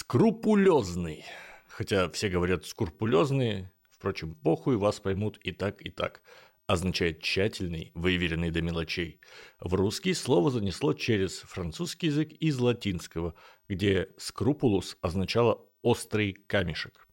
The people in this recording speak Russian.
Скрупулезный. Хотя все говорят скрупулезный, впрочем, похуй, вас поймут и так, и так. Означает тщательный, выверенный до мелочей. В русский слово занесло через французский язык из латинского, где скрупулус означало острый камешек.